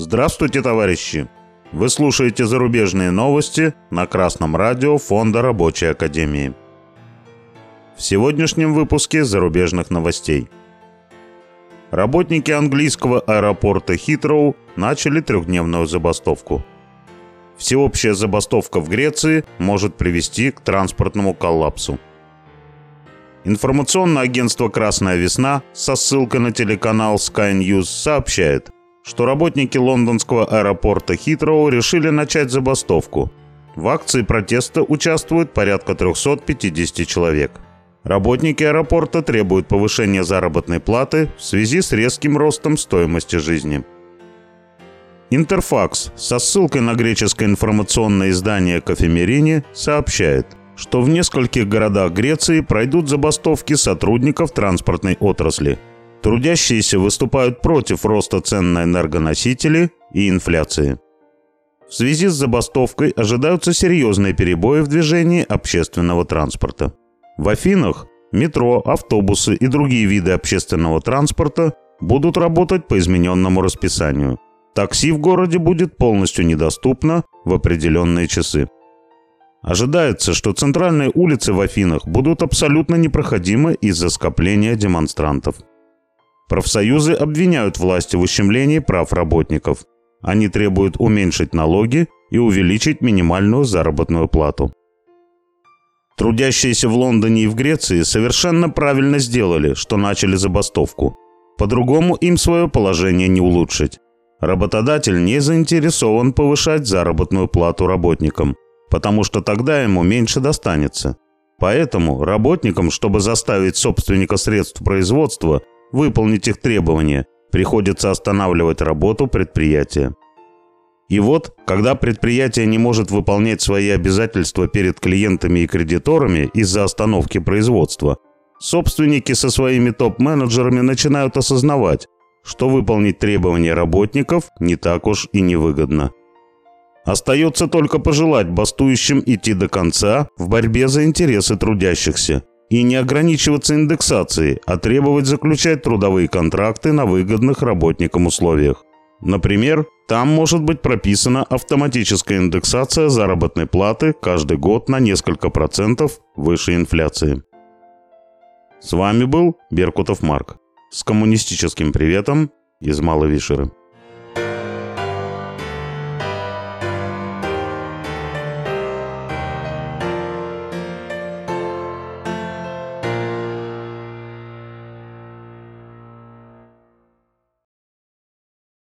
Здравствуйте, товарищи! Вы слушаете зарубежные новости на Красном радио Фонда Рабочей Академии. В сегодняшнем выпуске зарубежных новостей. Работники английского аэропорта Хитроу начали трехдневную забастовку. Всеобщая забастовка в Греции может привести к транспортному коллапсу. Информационное агентство «Красная весна» со ссылкой на телеканал Sky News сообщает, что работники лондонского аэропорта Хитроу решили начать забастовку. В акции протеста участвует порядка 350 человек. Работники аэропорта требуют повышения заработной платы в связи с резким ростом стоимости жизни. Интерфакс со ссылкой на греческое информационное издание «Кафемерини» сообщает, что в нескольких городах Греции пройдут забастовки сотрудников транспортной отрасли. Трудящиеся выступают против роста цен на энергоносители и инфляции. В связи с забастовкой ожидаются серьезные перебои в движении общественного транспорта. В Афинах метро, автобусы и другие виды общественного транспорта будут работать по измененному расписанию. Такси в городе будет полностью недоступно в определенные часы. Ожидается, что центральные улицы в Афинах будут абсолютно непроходимы из-за скопления демонстрантов. Профсоюзы обвиняют власти в ущемлении прав работников. Они требуют уменьшить налоги и увеличить минимальную заработную плату. Трудящиеся в Лондоне и в Греции совершенно правильно сделали, что начали забастовку. По-другому им свое положение не улучшить. Работодатель не заинтересован повышать заработную плату работникам, потому что тогда ему меньше достанется. Поэтому работникам, чтобы заставить собственника средств производства выполнить их требования, приходится останавливать работу предприятия. И вот, когда предприятие не может выполнять свои обязательства перед клиентами и кредиторами из-за остановки производства, собственники со своими топ-менеджерами начинают осознавать, что выполнить требования работников не так уж и невыгодно. Остается только пожелать бастующим идти до конца в борьбе за интересы трудящихся и не ограничиваться индексацией, а требовать заключать трудовые контракты на выгодных работникам условиях. Например, там может быть прописана автоматическая индексация заработной платы каждый год на несколько процентов выше инфляции. С вами был Беркутов Марк. С коммунистическим приветом из Малой Вишеры.